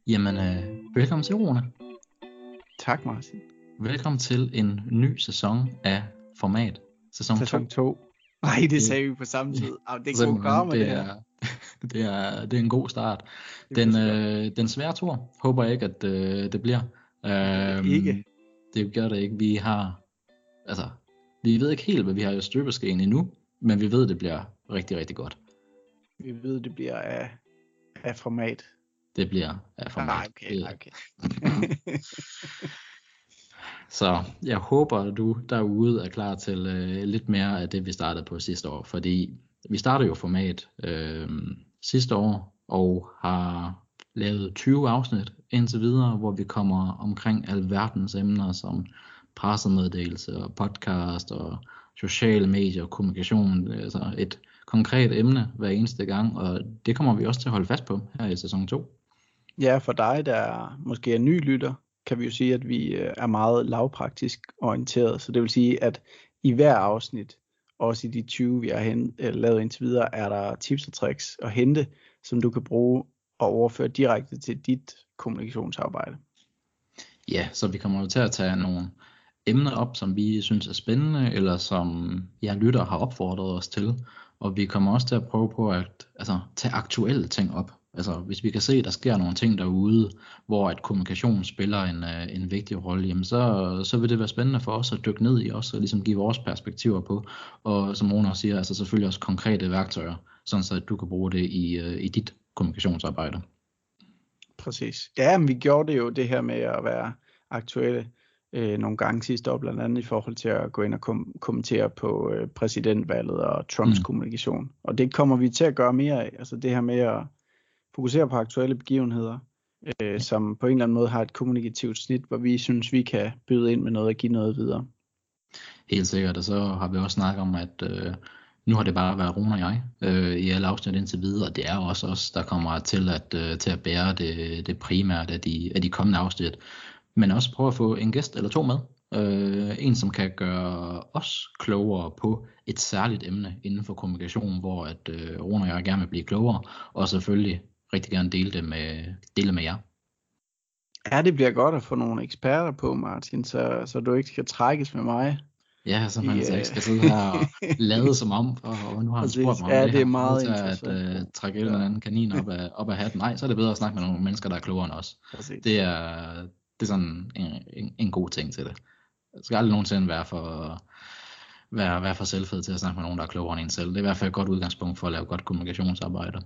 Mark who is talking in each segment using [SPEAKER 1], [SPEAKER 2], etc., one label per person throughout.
[SPEAKER 1] Jamen, velkommen til, Rune.
[SPEAKER 2] Tak, Martin.
[SPEAKER 1] Velkommen til en ny sæson af Format. Sæson
[SPEAKER 2] 2. Nej, det sagde vi på samme tid. Det er god karma, det her.
[SPEAKER 1] Det er en god start. Den svære tur håber jeg ikke, at det bliver.
[SPEAKER 2] Ikke.
[SPEAKER 1] Det gør det ikke. Vi ved ikke helt, hvad vi har i støbeskeen endnu, men vi ved, det bliver rigtig, rigtig godt.
[SPEAKER 2] Vi ved, det bliver af format.
[SPEAKER 1] Det bliver af Format.
[SPEAKER 2] Nej, okay.
[SPEAKER 1] Så jeg håber, at du derude er klar til lidt mere af det, vi startede på sidste år. Fordi vi startede jo Format sidste år og har lavet 20 afsnit indtil videre, hvor vi kommer omkring alverdens emner som pressemeddelelse og podcast og sociale medier og kommunikation. Altså et konkret emne hver eneste gang, og det kommer vi også til at holde fast på her i sæson 2.
[SPEAKER 2] Ja, for dig, der måske er ny lytter, kan vi jo sige, at vi er meget lavpraktisk orienteret. Så det vil sige, at i hver afsnit, også i de 20, vi har lavet indtil videre, er der tips og tricks at hente, som du kan bruge og overføre direkte til dit kommunikationsarbejde.
[SPEAKER 1] Ja, så vi kommer jo til at tage nogle emner op, som vi synes er spændende, eller som jeg lytter har opfordret os til. Og vi kommer også til at prøve på at tage aktuelle ting op. Altså hvis vi kan se, at der sker nogle ting derude, hvor at kommunikation spiller en vigtig rolle, jamen så vil det være spændende for os at dykke ned i os og ligesom give vores perspektiver på. Og som Rune også siger, altså selvfølgelig også konkrete værktøjer, sådan så at du kan bruge det i dit kommunikationsarbejde.
[SPEAKER 2] Præcis. Ja, men vi gjorde det jo det her med at være aktuelle nogle gange sidste år, blandt andet i forhold til at gå ind og kommentere på præsidentvalget og Trumps kommunikation. Og det kommer vi til at gøre mere af. Altså det her med at fokusere på aktuelle begivenheder, som på en eller anden måde har et kommunikativt snit, hvor vi synes, vi kan byde ind med noget og give noget videre.
[SPEAKER 1] Helt sikkert, og så har vi også snakket om, at nu har det bare været Rune og jeg i alle afsnit indtil videre, og det er også os, der kommer til at bære det primært af de kommende afsnit. Men også prøve at få en gæst eller to med. En, som kan gøre os klogere på et særligt emne inden for kommunikation, hvor at Rune og jeg gerne vil blive klogere, og selvfølgelig rigtig gerne dele det med jer.
[SPEAKER 2] Ja, det bliver godt at få nogle eksperter på, Martin, så du ikke skal trækkes med mig.
[SPEAKER 1] Ja, så man ikke skal sidde her og lade som om, og nu har han spurgt mig om
[SPEAKER 2] det er meget interessant.
[SPEAKER 1] At trække en eller anden kanin op af hatten. Nej, så er det bedre at snakke med nogle mennesker, der er klogere end os.
[SPEAKER 2] Præcis.
[SPEAKER 1] Det er sådan en god ting til det. Det skal aldrig nogensinde være for selvfed til at snakke med nogen, der er klogere end en selv. Det er i hvert fald et godt udgangspunkt for at lave godt kommunikationsarbejde.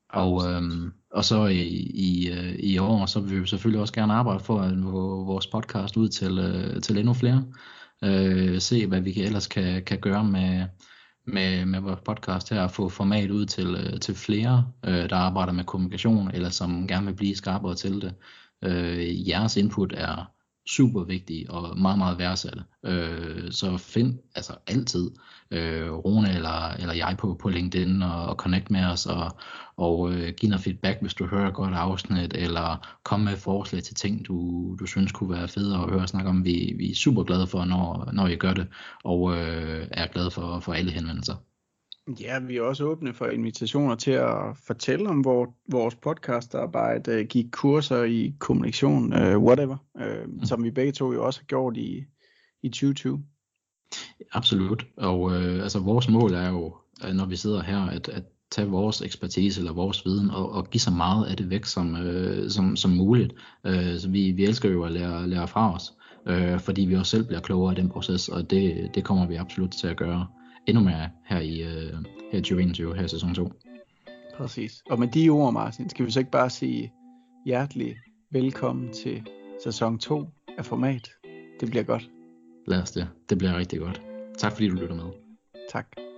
[SPEAKER 1] Og så i år, så vil vi selvfølgelig også gerne arbejde for at få vores podcast ud til endnu flere. Se hvad vi ellers kan gøre med vores podcast her, og få format ud til flere, der arbejder med kommunikation, eller som gerne vil blive skarpere til det. Jeres input er super vigtig og meget, meget værdsatte. Så find altid Rune eller jeg på LinkedIn og connect med os og giv noget feedback, hvis du hører et godt afsnit, eller kom med forslag til ting, du synes kunne være federe at høre og snakke om. Vi er super glade for, når I gør det, og er glade for alle henvendelser.
[SPEAKER 2] Ja, vi er også åbne for invitationer til at fortælle om vores podcastarbejde, give kurser i kommunikation, whatever, som vi begge to jo også har gjort i 2020. Absolut,
[SPEAKER 1] og vores mål er jo, når vi sidder her, at tage vores ekspertise eller vores viden og give så meget af det væk som muligt. Så vi elsker jo at lære fra os, fordi vi også selv bliver klogere i den proces, og det kommer vi absolut til at gøre endnu mere her i 2021, her i sæson 2.
[SPEAKER 2] Præcis. Og med de ord, Martin, skal vi så ikke bare sige hjertelig velkommen til sæson 2 af Format. Det bliver godt.
[SPEAKER 1] Lad os det. Det bliver rigtig godt. Tak fordi du lytter med.
[SPEAKER 2] Tak.